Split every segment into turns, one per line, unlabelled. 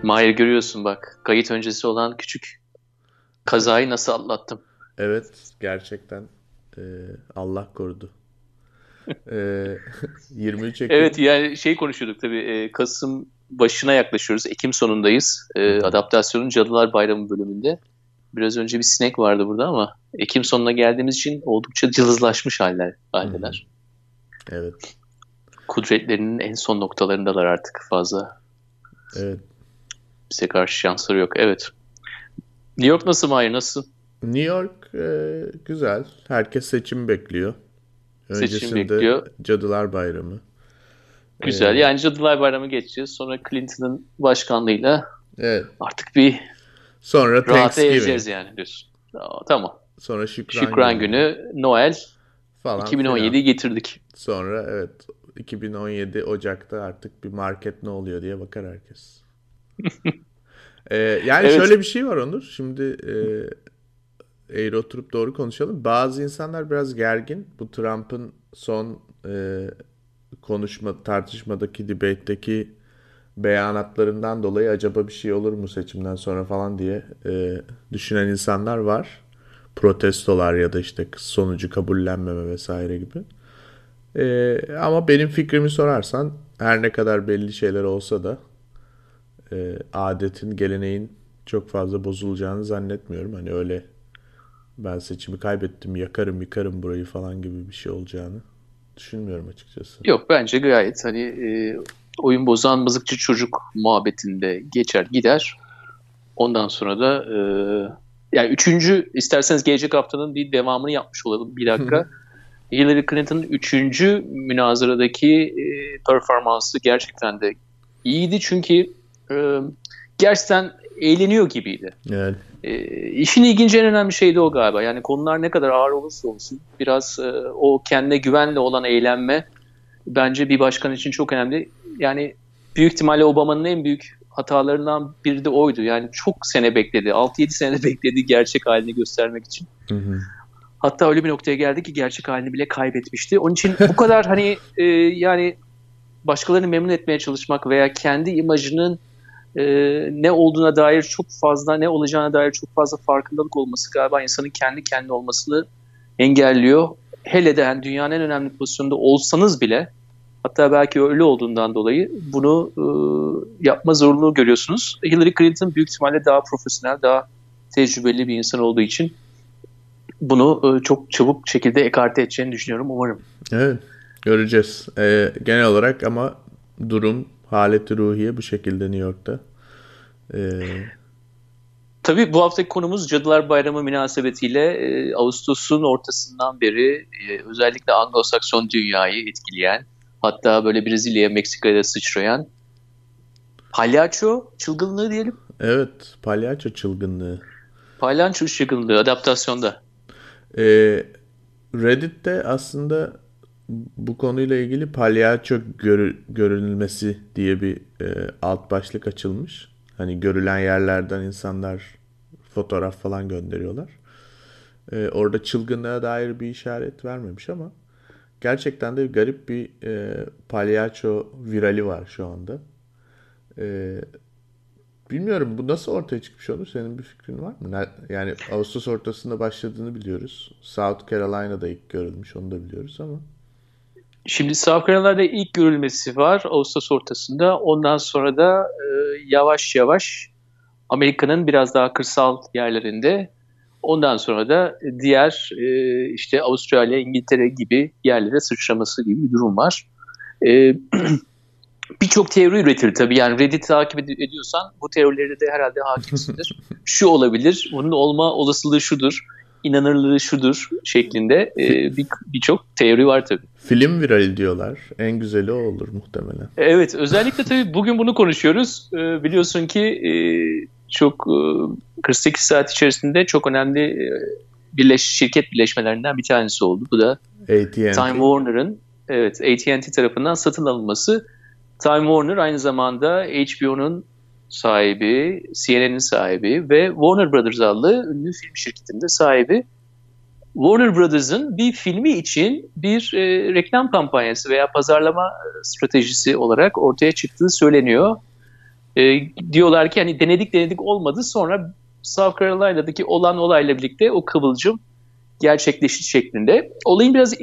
Mahir görüyorsun bak. Kayıt öncesi olan küçük kazayı nasıl atlattım?
Evet, gerçekten e, Allah korudu. E, 23
Evet
Ekim.
yani şey konuşuyorduk tabii. Kasım başına yaklaşıyoruz. Ekim sonundayız.
Hı hı.
Adaptasyonun Cadılar Bayramı bölümünde. Biraz önce bir sinek vardı burada ama Ekim sonuna geldiğimiz için oldukça cılızlaşmış
Hı hı.
haldeler.
Evet,
Kudretlerinin en son noktalarındalar artık fazla.
evet.
Bize karşı şansları yok. Evet. New York nasıl Mahir? Nasıl?
New York güzel. Herkes seçim bekliyor.
Seçim
Öncesinde
bekliyor.
Cadılar Bayramı.
Güzel.
E,
Yani Cadılar Bayramı geçeceğiz. Sonra Clinton'ın başkanlığıyla
evet.
artık bir
Sonra
rahata
Thanksgiving.
ereceğiz yani diyorsun. Tamam.
Sonra Şükran
Şükran
Günü
günü, Noel
falan filan.
2017'yi getirdik.
Sonra evet 2017 Ocak'ta artık bir market ne oluyor diye bakar herkes. Yani
Evet.
şöyle bir şey var Onur. Şimdi eğri oturup doğru konuşalım. Bazı insanlar biraz gergin. Bu Trump'ın son tartışmadaki, debate'deki beyanatlarından dolayı acaba bir şey olur mu seçimden sonra falan diye düşünen insanlar var. Protestolar ya da işte sonucu kabullenmeme vesaire gibi. Ama benim fikrimi sorarsan her ne kadar belli şeyler olsa da adetin, geleneğin çok fazla bozulacağını zannetmiyorum. Hani öyle ben seçimi kaybettim, yakarım yıkarım burayı falan gibi bir şey olacağını düşünmüyorum açıkçası.
Yok bence gayet hani oyun bozan mızıkçı çocuk muhabbetinde geçer gider. Ondan sonra da yani üçüncü isterseniz gelecek haftanın bir devamını yapmış olalım bir dakika. Hillary Clinton'ın üçüncü münazaradaki performansı gerçekten de iyiydi çünkü e, gerçekten eğleniyor gibiydi.
Yani,
İşin ilginci en önemli şey de o galiba. Yani konular ne kadar ağır olursa olsun biraz o kendine güvenle olan eğlenme bence bir başkan için çok önemli. Yani büyük ihtimalle Obama'nın en büyük hatalarından biri de oydu. Yani çok sene bekledi. 6-7 sene bekledi gerçek halini göstermek için.
hı hı.
Hatta öyle bir noktaya geldi ki gerçek halini bile kaybetmişti. Onun için bu kadar hani yani başkalarını memnun etmeye çalışmak veya kendi imajının e, ne olduğuna dair çok fazla, ne olacağına dair çok fazla farkındalık olması galiba insanın kendi kendine olmasını engelliyor. Hele de yani dünyanın en önemli pozisyonunda olsanız bile hatta belki öyle olduğundan dolayı bunu yapma zorunluluğu görüyorsunuz. Hillary Clinton büyük ihtimalle daha profesyonel, daha tecrübeli bir insan olduğu için bunu çok çabuk şekilde ekarte edeceğini düşünüyorum umarım.
Evet, göreceğiz. Genel olarak ama durum, haleti ruhiye bu şekilde New York'ta. Ee,
Tabii bu haftaki konumuz Cadılar Bayramı münasebetiyle Ağustos'un ortasından beri özellikle Anglo-Sakson dünyayı etkileyen hatta böyle Brezilya, Meksika'ya da sıçrayan palyaço çılgınlığı diyelim.
evet, palyaço çılgınlığı.
Palyaço çılgınlığı adaptasyonda.
Ee, Reddit'te aslında bu konuyla ilgili palyaço görünülmesi diye bir alt başlık açılmış. Hani görülen yerlerden insanlar fotoğraf falan gönderiyorlar. Orada çılgınlığa dair bir işaret vermemiş ama gerçekten de garip bir palyaço virali var şu anda. E, Bilmiyorum bu nasıl ortaya çıkmış olur? Senin bir fikrin var mı? Yani Ağustos ortasında başladığını biliyoruz. South Carolina'da ilk görülmüş onu da biliyoruz ama.
Şimdi South Carolina'da ilk görülmesi var Ağustos ortasında. Ondan sonra da yavaş yavaş Amerika'nın biraz daha kırsal yerlerinde. Ondan sonra da diğer işte Avustralya, İngiltere gibi yerlere sıçraması gibi bir durum var. E, Birçok teori üretir tabii. Yani Reddit'i takip ediyorsan bu teorilere de herhalde hakimsindir. Şu olabilir, bunun olma olasılığı şudur, inanırlığı şudur şeklinde birçok teori var tabii.
Film virali diyorlar. En güzeli o olur muhtemelen.
Evet, özellikle tabii bugün bunu konuşuyoruz. Biliyorsun ki çok 48 saat içerisinde çok önemli şirket birleşmelerinden bir tanesi oldu. Bu da Time
AT&T.
Warner'ın evet AT&T tarafından satın alınması. Time Warner aynı zamanda HBO'nun sahibi, CNN'in sahibi ve Warner Brothers adlı ünlü film şirketinin de sahibi. Warner Brothers'ın bir filmi için bir reklam kampanyası veya pazarlama stratejisi olarak ortaya çıktığı söyleniyor. Diyorlar ki hani denedik olmadı, sonra South Carolina'daki olan olayla birlikte o kıvılcım gerçekleşti şeklinde. Olayın biraz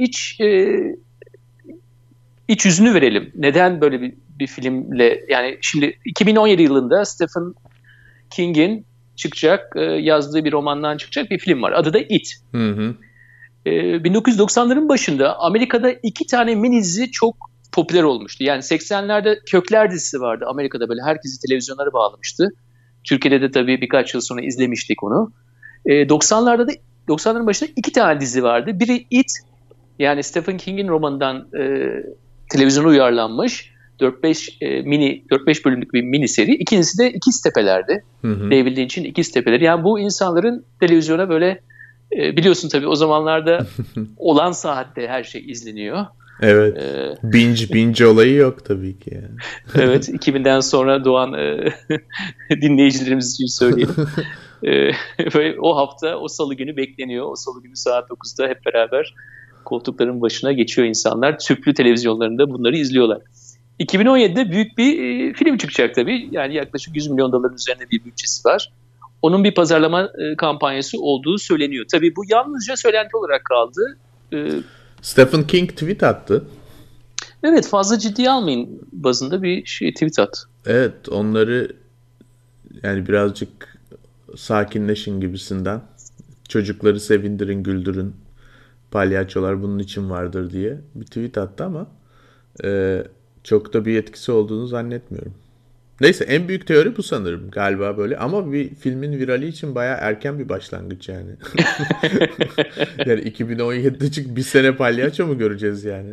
iç yüzünü verelim. Neden böyle bir filmle, yani şimdi 2017 yılında Stephen King'in çıkacak, yazdığı bir romandan çıkacak bir film var. Adı da It.
Hı hı.
1990'ların başında Amerika'da 2 tane mini dizi çok popüler olmuştu. Yani 80'lerde Kökler dizisi vardı. Amerika'da böyle herkesi televizyonlara bağlamıştı. Türkiye'de de tabii birkaç yıl sonra izlemiştik onu. 90'ların başında 2 tane dizi vardı. Biri It, yani Stephen King'in romanından televizyona uyarlanmış 4-5 bölümlük bir mini seri. İkincisi de İkiztepeler'di. David Lynch'in İkiztepeleri. Yani bu insanların televizyona böyle biliyorsun tabii o zamanlarda olan saatte her şey izleniyor.
Evet. Binge olayı yok tabii ki yani.
Evet, 2000'den sonra doğan dinleyicilerimiz için söyleyelim. Ve o hafta, o salı günü bekleniyor. O salı günü saat 9'da hep beraber koltukların başına geçiyor insanlar. Tüplü televizyonlarında bunları izliyorlar. 2017'de büyük bir film çıkacak tabii. Yani yaklaşık 100 milyon doların üzerinde bir bütçesi var. Onun bir pazarlama kampanyası olduğu söyleniyor. Tabii bu yalnızca söylenti olarak kaldı.
Stephen King tweet attı.
Evet, fazla ciddiye almayın bazında bir tweet at.
Evet, onları yani birazcık sakinleşin gibisinden. Çocukları sevindirin, güldürün. Palyaçolar bunun için vardır diye bir tweet attı ama çok da bir etkisi olduğunu zannetmiyorum. Neyse, en büyük teori bu sanırım galiba böyle, ama bir filmin virali için bayağı erken bir başlangıç yani. Yani 2017'de çık bir sene palyaço mu göreceğiz yani?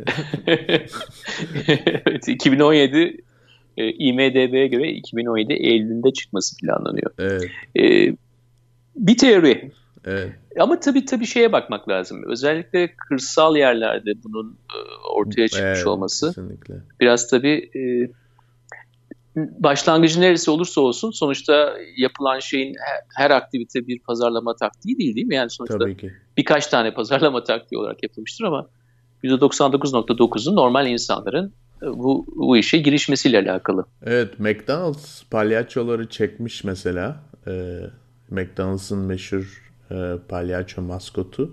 Evet, 2017 IMDb'ye göre 2017 Eylül'ünde çıkması planlanıyor.
Evet.
Bir teori.
Evet.
Ama tabii şeye bakmak lazım. Özellikle kırsal yerlerde bunun ortaya çıkmış olması.
Kesinlikle.
Biraz tabii başlangıcı neresi olursa olsun sonuçta yapılan şeyin her aktivite bir pazarlama taktiği değil mi? Yani sonuçta birkaç tane pazarlama taktiği olarak yapılmıştır ama %99.9'u normal insanların bu işe girişmesiyle alakalı.
Evet, McDonald's palyaçoları çekmiş mesela. McDonald's'ın meşhur palyaço maskotu.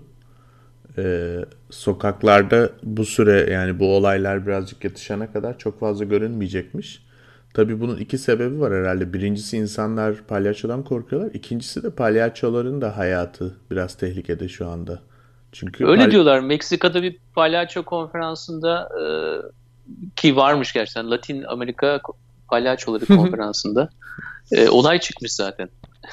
Sokaklarda bu süre, yani bu olaylar birazcık yatışana kadar çok fazla görünmeyecekmiş. Tabii bunun 2 sebebi var herhalde. Birincisi, insanlar palyaçodan korkuyorlar. İkincisi de palyaçoların da hayatı biraz tehlikede şu anda. Çünkü
öyle diyorlar. Meksika'da bir palyaço konferansında ki varmış gerçekten, Latin Amerika palyaçoları konferansında olay çıkmış zaten.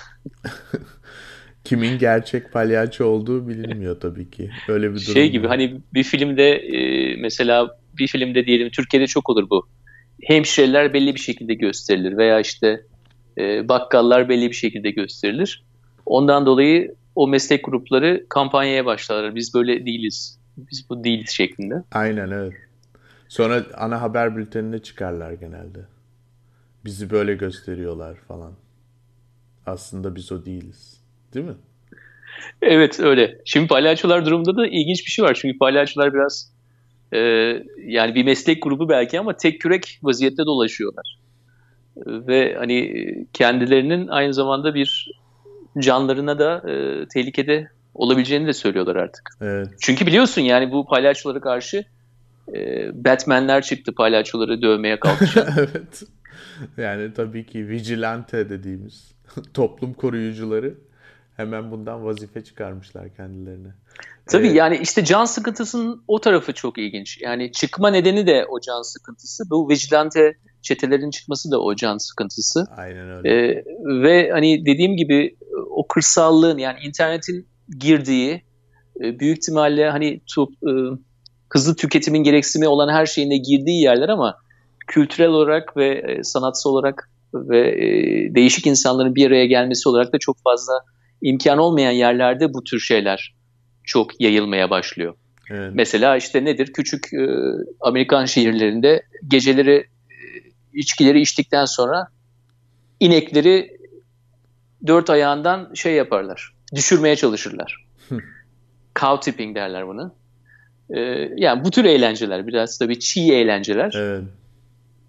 Kimin gerçek palyaço olduğu bilinmiyor tabii ki. Öyle bir durum.
Şey gibi hani bir filmde mesela bir filmde diyelim, Türkiye'de çok olur bu. Hemşireler belli bir şekilde gösterilir veya işte bakkallar belli bir şekilde gösterilir. Ondan dolayı o meslek grupları kampanyaya başlarlar. Biz böyle değiliz. Biz bu değiliz şeklinde.
Aynen, evet. Sonra ana haber bültenine çıkarlar genelde. Bizi böyle gösteriyorlar falan. Aslında biz o değiliz. Değil mi?
Evet, öyle. Şimdi palyaçolar durumunda da ilginç bir şey var. Çünkü palyaçolar biraz yani bir meslek grubu belki ama tek kürek vaziyette dolaşıyorlar. Ve hani kendilerinin aynı zamanda bir canlarına da tehlikede olabileceğini de söylüyorlar artık.
Evet.
Çünkü biliyorsun yani bu palyaçolara karşı Batman'ler çıktı palyaçoları dövmeye kalkışan.
Evet. Yani tabii ki vigilante dediğimiz toplum koruyucuları hemen bundan vazife çıkarmışlar kendilerine.
Tabii yani işte can sıkıntısının o tarafı çok ilginç. Yani çıkma nedeni de o can sıkıntısı. Bu vigilante çetelerin çıkması da o can sıkıntısı.
Aynen öyle.
Ve hani dediğim gibi o kırsallığın, yani internetin girdiği büyük ihtimalle hani hızlı tüketimin gereksimi olan her şeyin de girdiği yerler ama kültürel olarak ve sanatsal olarak ve değişik insanların bir araya gelmesi olarak da çok fazla imkan olmayan yerlerde bu tür şeyler çok yayılmaya başlıyor.
Evet.
Mesela işte nedir? Küçük Amerikan şehirlerinde geceleri içkileri içtikten sonra inekleri 4 ayağından şey yaparlar. Düşürmeye çalışırlar. Cow tipping derler buna. Yani bu tür eğlenceler biraz tabii çiğ eğlenceler.
Evet.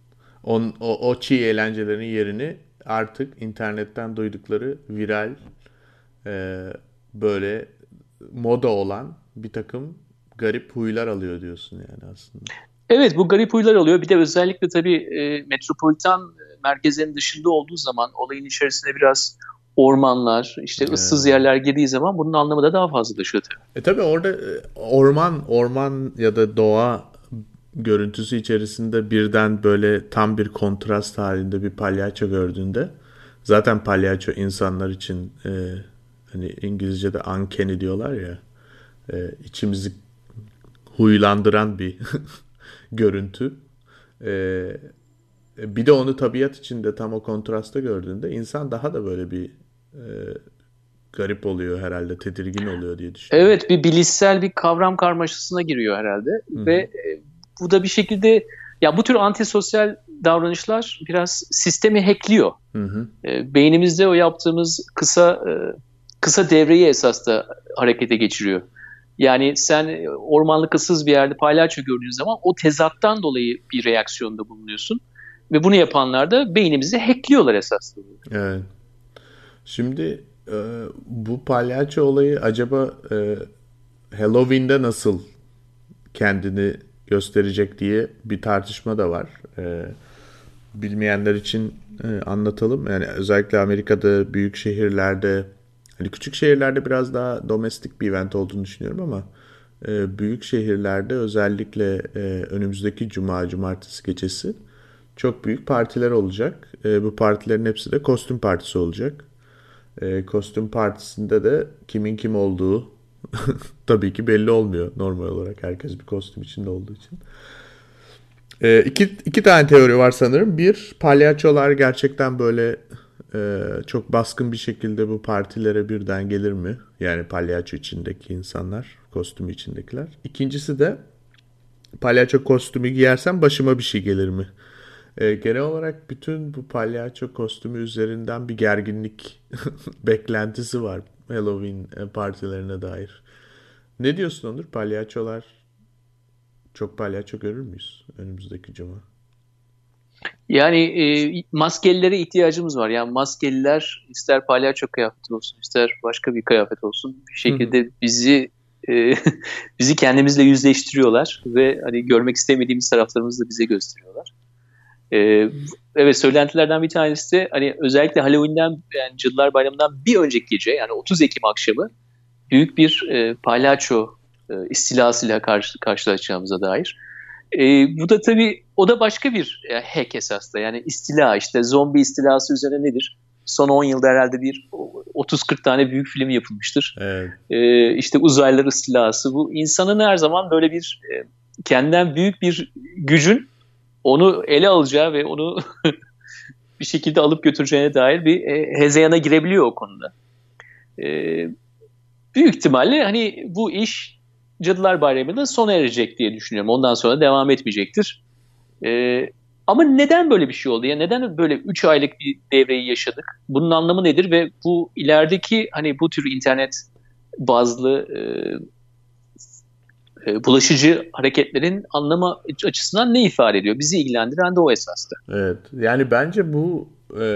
O çiğ eğlencelerin yerini artık internetten duydukları viral, e, böyle moda olan bir takım garip huylar alıyor diyorsun yani aslında.
Evet, bu garip huylar oluyor. Bir de özellikle tabii metropolitan merkezlerin dışında olduğu zaman olayın içerisine biraz ormanlar, işte ıssız
E,
yerler girdiği zaman bunun anlamı da daha fazlalaşıyor tabii.
tabii orada orman ya da doğa görüntüsü içerisinde birden böyle tam bir kontrast halinde bir palyaço gördüğünde, zaten palyaço insanlar için hani İngilizce'de uncanny diyorlar ya, içimizi huylandıran bir görüntü. E, bir de onu tabiat içinde tam o kontrasta gördüğünde insan daha da böyle bir e, garip oluyor herhalde, tedirgin oluyor diye düşünüyorum.
Evet, bir bilişsel bir kavram karmaşasına giriyor herhalde
Hı
ve
hı.
bu da bir şekilde ya bu tür antisosyal davranışlar biraz sistemi hackliyor.
Hı hı.
Beynimizde o yaptığımız kısa devreyi esas da harekete geçiriyor. Yani sen ormanlık ıssız bir yerde palyaço gördüğün zaman o tezattan dolayı bir reaksiyonda bulunuyorsun. Ve bunu yapanlar da beynimizi hackliyorlar esasında.
Evet. Şimdi bu palyaço olayı acaba Halloween'de nasıl kendini gösterecek diye bir tartışma da var. Bilmeyenler için anlatalım. Yani özellikle Amerika'da büyük şehirlerde, hani küçük şehirlerde biraz daha domestik bir event olduğunu düşünüyorum ama büyük şehirlerde özellikle önümüzdeki cumartesi gecesi çok büyük partiler olacak. Bu partilerin hepsi de kostüm partisi olacak. Kostüm partisinde de kimin kim olduğu tabii ki belli olmuyor normal olarak, herkes bir kostüm içinde olduğu için. İki tane teori var sanırım. Bir, palyaçolar gerçekten böyle çok baskın bir şekilde bu partilere birden gelir mi? Yani palyaço içindeki insanlar, kostümü içindekiler. İkincisi de palyaço kostümü giyersem başıma bir şey gelir mi? Genel olarak bütün bu palyaço kostümü üzerinden bir gerginlik beklentisi var Halloween partilerine dair. Ne diyorsun Onur? Çok palyaço görür müyüz önümüzdeki cuma?
Yani maskelilere ihtiyacımız var. Yani maskeliler ister palyaço kıyafeti olsun, ister başka bir kıyafet olsun bir şekilde e, bizi kendimizle yüzleştiriyorlar ve hani görmek istemediğimiz taraflarımızı da bize gösteriyorlar. E, evet, söylentilerden bir tanesi de hani özellikle Halloween'den yani Cadılar Bayramı'ndan bir önceki gece yani 30 Ekim akşamı büyük bir palyaço istilasıyla karşılaşacağımıza dair. Bu da tabii o da başka bir hack esasında. Yani istila işte zombi istilası üzerine nedir? Son 10 yılda herhalde bir 30-40 tane büyük film yapılmıştır.
Evet.
İşte uzaylılar istilası. Bu insanın her zaman böyle bir kendinden büyük bir gücün onu ele alacağı ve onu bir şekilde alıp götüreceğine dair bir hezeyana girebiliyor o konuda. E, büyük ihtimalle hani bu iş Cadılar Bayramı'nda sona erecek diye düşünüyorum. Ondan sonra devam etmeyecektir. Ama neden böyle bir şey oldu? Ya neden böyle 3 aylık bir devreyi yaşadık? Bunun anlamı nedir ve bu ilerideki hani bu tür internet bazlı bulaşıcı hareketlerin anlamı açısından ne ifade ediyor? Bizi ilgilendiren de o esastı.
Evet. Yani bence bu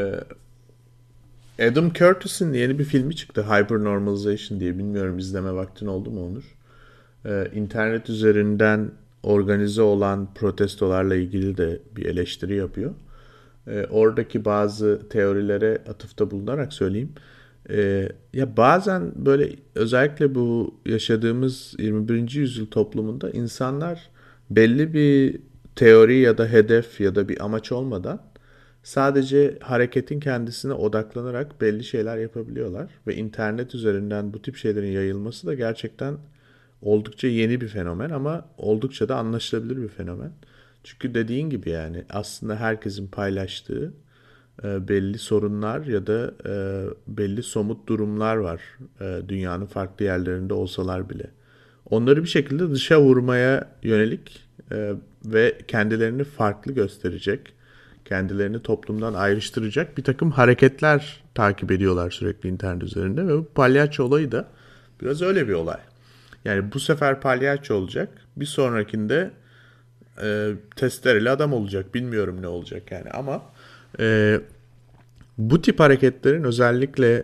Adam Curtis'in yeni bir filmi çıktı. Hypernormalization diye. Bilmiyorum, izleme vaktin oldu mu Onur? İnternet üzerinden organize olan protestolarla ilgili de bir eleştiri yapıyor. Oradaki bazı teorilere atıfta bulunarak söyleyeyim. Ya bazen böyle özellikle bu yaşadığımız 21. yüzyıl toplumunda insanlar belli bir teori ya da hedef ya da bir amaç olmadan sadece hareketin kendisine odaklanarak belli şeyler yapabiliyorlar ve internet üzerinden bu tip şeylerin yayılması da gerçekten oldukça yeni bir fenomen ama oldukça da anlaşılabilir bir fenomen. Çünkü dediğin gibi yani aslında herkesin paylaştığı belli sorunlar ya da belli somut durumlar var, dünyanın farklı yerlerinde olsalar bile. Onları bir şekilde dışa vurmaya yönelik ve kendilerini farklı gösterecek, kendilerini toplumdan ayrıştıracak bir takım hareketler takip ediyorlar sürekli internet üzerinde ve bu palyaço olayı da biraz öyle bir olay. Yani bu sefer palyaço olacak. Bir sonrakinde testereli adam olacak. Bilmiyorum ne olacak yani ama bu tip hareketlerin özellikle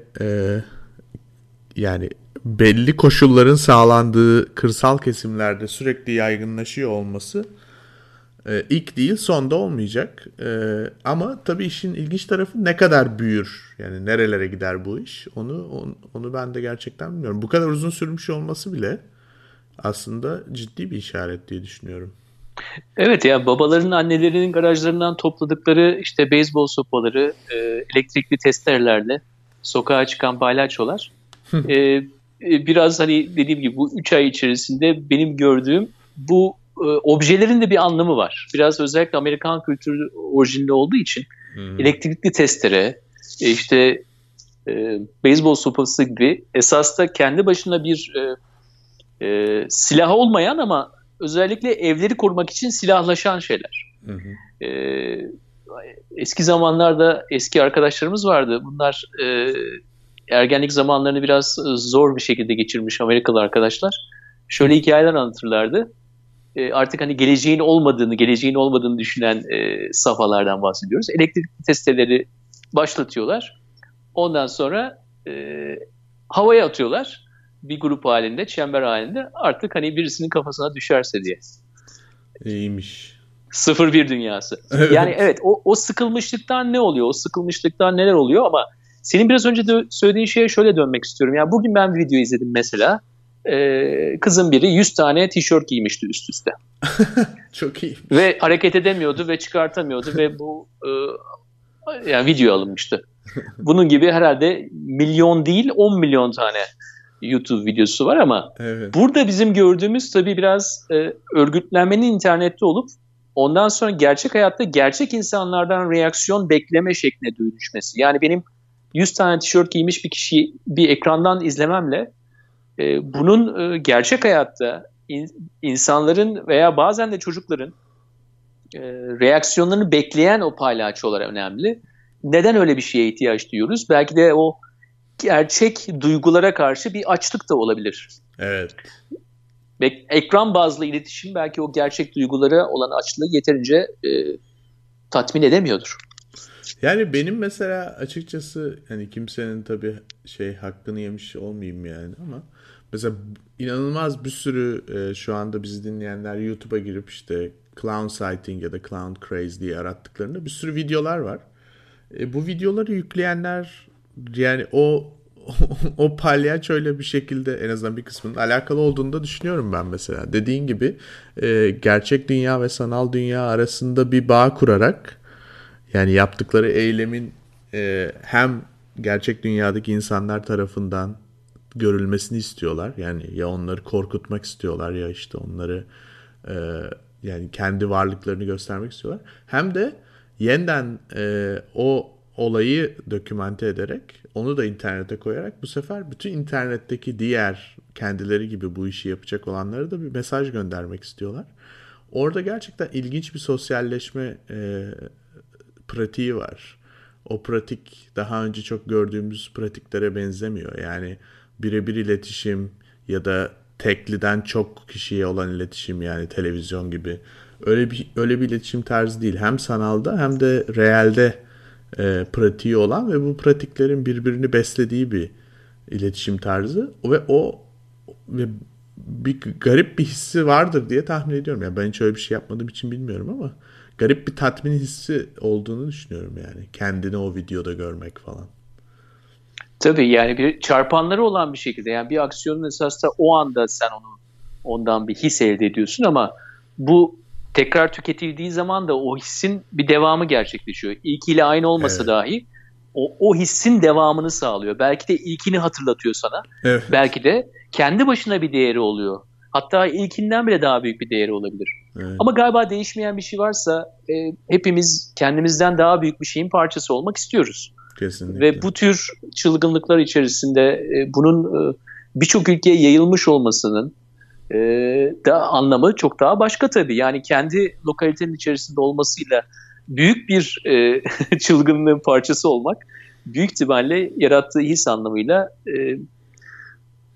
yani belli koşulların sağlandığı kırsal kesimlerde sürekli yaygınlaşıyor olması ilk değil son da olmayacak. Ama tabii işin ilginç tarafı ne kadar büyür, yani nerelere gider bu iş, onu ben de gerçekten bilmiyorum. Bu kadar uzun sürmüş olması bile aslında ciddi bir işaret diye düşünüyorum.
Evet ya, babaların annelerinin garajlarından topladıkları işte beyzbol sopaları, elektrikli testerelerle sokağa çıkan palyaçolar. Biraz hani dediğim gibi bu 3 ay içerisinde benim gördüğüm bu objelerin de bir anlamı var. Biraz özellikle Amerikan kültürü orijinli olduğu için elektrikli testere, işte beyzbol sopası gibi esas da kendi başına bir silah olmayan ama özellikle evleri korumak için silahlaşan şeyler. E, Eski zamanlarda eski arkadaşlarımız vardı. Bunlar ergenlik zamanlarını biraz zor bir şekilde geçirmiş Amerikalı arkadaşlar. Şöyle hikayeler anlatırlardı. Artık hani geleceğin olmadığını düşünen safhalardan bahsediyoruz. Elektrikli testereleri başlatıyorlar. Ondan sonra havaya atıyorlar. Bir grup halinde, çember halinde. Artık hani birisinin kafasına düşerse diye.
İyiymiş.
0-1 dünyası.
Evet.
Yani evet, o sıkılmışlıktan ne oluyor? O sıkılmışlıktan neler oluyor? Ama senin biraz önce de söylediğin şeye şöyle dönmek istiyorum. Yani bugün ben bir video izledim mesela. Kızın biri 100 tane tişört giymişti üst üste.
Çok iyi.
Ve hareket edemiyordu ve çıkartamıyordu ve bu yani video alınmıştı. Bunun gibi herhalde milyon değil 10 milyon tane YouTube videosu var ama
evet.
Burada bizim gördüğümüz tabii biraz örgütlenmenin internette olup ondan sonra gerçek hayatta gerçek insanlardan reaksiyon bekleme şekline dönüşmesi. Yani benim 100 tane tişört giymiş bir kişiyi bir ekrandan izlememle bunun gerçek hayatta insanların veya bazen de çocukların reaksiyonlarını bekleyen o palyaçolar önemli. Neden öyle bir şeye ihtiyaç duyuyoruz? Belki de o gerçek duygulara karşı bir açlık da olabilir.
Evet.
Ve ekran bazlı iletişim belki o gerçek duygulara olan açlığı yeterince tatmin edemiyordur.
Yani benim mesela açıkçası hani kimsenin tabii hakkını yemiş olmayayım yani ama mesela inanılmaz bir sürü şu anda bizi dinleyenler YouTube'a girip işte clown sighting ya da clown craze diye arattıklarında bir sürü videolar var. Bu videoları yükleyenler yani o palyaçoyla bir şekilde en azından bir kısmının alakalı olduğunu da düşünüyorum ben mesela. Dediğin gibi gerçek dünya ve sanal dünya arasında bir bağ kurarak yani yaptıkları eylemin hem gerçek dünyadaki insanlar tarafından görülmesini istiyorlar. Yani ya onları korkutmak istiyorlar ya işte onları yani kendi varlıklarını göstermek istiyorlar. Hem de yeniden o olayı dokümante ederek onu da internete koyarak bu sefer bütün internetteki diğer kendileri gibi bu işi yapacak olanlara da bir mesaj göndermek istiyorlar. Orada gerçekten ilginç bir sosyalleşme pratiği var. O pratik daha önce çok gördüğümüz pratiklere benzemiyor. Yani birebir iletişim ya da tekliden çok kişiye olan iletişim yani televizyon gibi öyle bir iletişim tarzı değil. Hem sanalda hem de realde pratiği olan ve bu pratiklerin birbirini beslediği bir iletişim tarzı ve bir garip bir hissi vardır diye tahmin ediyorum. Yani ben hiç öyle bir şey yapmadığım için bilmiyorum ama garip bir tatmin hissi olduğunu düşünüyorum yani. Kendini o videoda görmek falan.
Tabii yani bir çarpanları olan bir şekilde yani bir aksiyonun esasında o anda sen ondan bir his elde ediyorsun ama bu tekrar tüketildiği zaman da o hissin bir devamı gerçekleşiyor. İlkiyle aynı olmasa dahi o hissin devamını sağlıyor. Belki de ilkini hatırlatıyor sana.
Evet.
Belki de kendi başına bir değeri oluyor. Hatta ilkinden bile daha büyük bir değeri olabilir.
Evet.
Ama galiba değişmeyen bir şey varsa hepimiz kendimizden daha büyük bir şeyin parçası olmak istiyoruz.
Kesinlikle.
Ve bu tür çılgınlıklar içerisinde bunun birçok ülkeye yayılmış olmasının da anlamı çok daha başka tabii. Yani kendi lokalitenin içerisinde olmasıyla büyük bir çılgınlığın parçası olmak büyük ihtimalle yarattığı his anlamıyla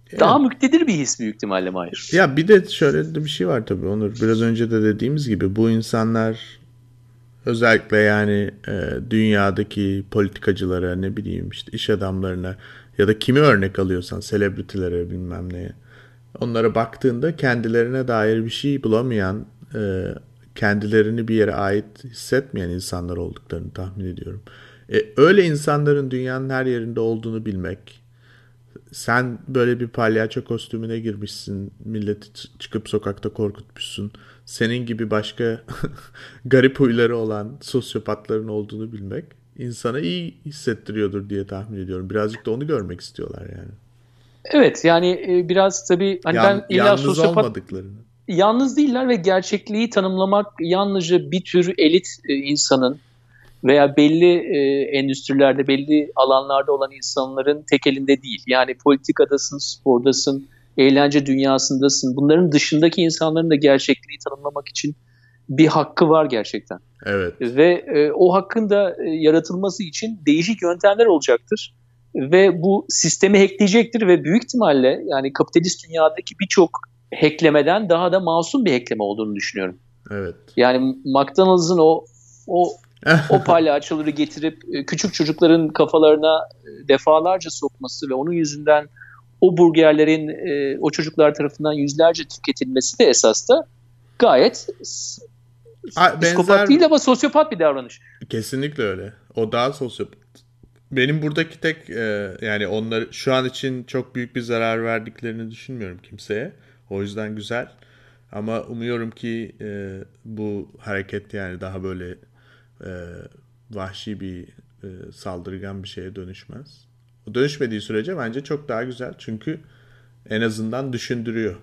Daha müktedir bir his büyük ihtimalle Mahir.
Ya bir de şöyle de bir şey var tabii Onur. Biraz önce de dediğimiz gibi bu insanlar özellikle yani dünyadaki politikacılara, ne bileyim işte iş adamlarına ya da kimi örnek alıyorsan selebritilere, bilmem neye. Onlara baktığında kendilerine dair bir şey bulamayan, kendilerini bir yere ait hissetmeyen insanlar olduklarını tahmin ediyorum. Öyle insanların dünyanın her yerinde olduğunu bilmek, sen böyle bir palyaço kostümüne girmişsin, milleti çıkıp sokakta korkutmuşsun, senin gibi başka garip huyları olan sosyopatların olduğunu bilmek insana iyi hissettiriyordur diye tahmin ediyorum. Birazcık da onu görmek istiyorlar yani.
Evet, yani biraz tabii hani ben illa
Yalnız
sosyopat,
olmadıklarını.
yalnız değiller ve gerçekliği tanımlamak yalnızca bir tür elit insanın veya belli endüstrilerde, belli alanlarda olan insanların tek elinde değil. Yani politikadasın, spordasın, eğlence dünyasındasın. Bunların dışındaki insanların da gerçekliği tanımlamak için bir hakkı var gerçekten.
Evet.
Ve o hakkın da yaratılması için değişik yöntemler olacaktır. Ve bu sistemi hackleyecektir ve büyük ihtimalle yani kapitalist dünyadaki birçok hacklemeden daha da masum bir hackleme olduğunu düşünüyorum.
Evet.
Yani McDonald's'ın o palyaçoları getirip küçük çocukların kafalarına defalarca sokması ve onun yüzünden o burgerlerin o çocuklar tarafından yüzlerce tüketilmesi de esas da gayet psikopat değil ama sosyopat bir davranış.
Kesinlikle öyle. O daha sosyopat. Benim buradaki tek yani onlar şu an için çok büyük bir zarar verdiklerini düşünmüyorum kimseye. O yüzden güzel. Ama umuyorum ki bu hareket yani daha böyle vahşi bir saldırgan bir şeye dönüşmez. O dönüşmediği sürece bence çok daha güzel. Çünkü en azından düşündürüyor.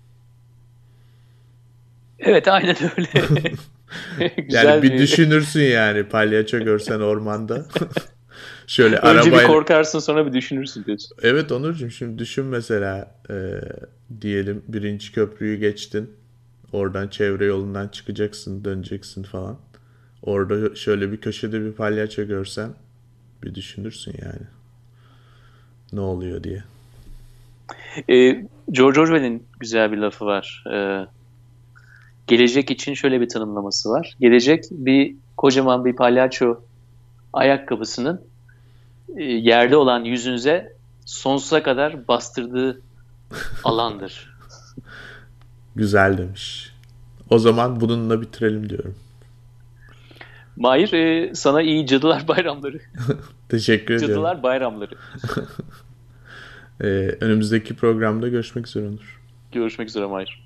Evet, aynen öyle.
Yani bir düşünürsün yani palyaço görsen ormanda. Şöyle
önce
arabayla...
bir korkarsın sonra bir düşünürsün diyorsun.
Evet Onurcuğum, şimdi düşün mesela diyelim birinci köprüyü geçtin. Oradan çevre yolundan çıkacaksın, döneceksin falan. Orada şöyle bir köşede bir palyaço görsen bir düşünürsün yani. Ne oluyor diye.
George Orwell'in güzel bir lafı var. Gelecek için şöyle bir tanımlaması var. Gelecek kocaman bir palyaço ayakkabısının yerde olan yüzünüze sonsuza kadar bastırdığı alandır.
Güzel demiş. O zaman bununla bitirelim diyorum.
Mahir, sana iyi Cadılar Bayramları.
Teşekkür ediyorum.
Cadılar Bayramları.
Önümüzdeki programda görüşmek üzere Onur.
Görüşmek üzere Mahir.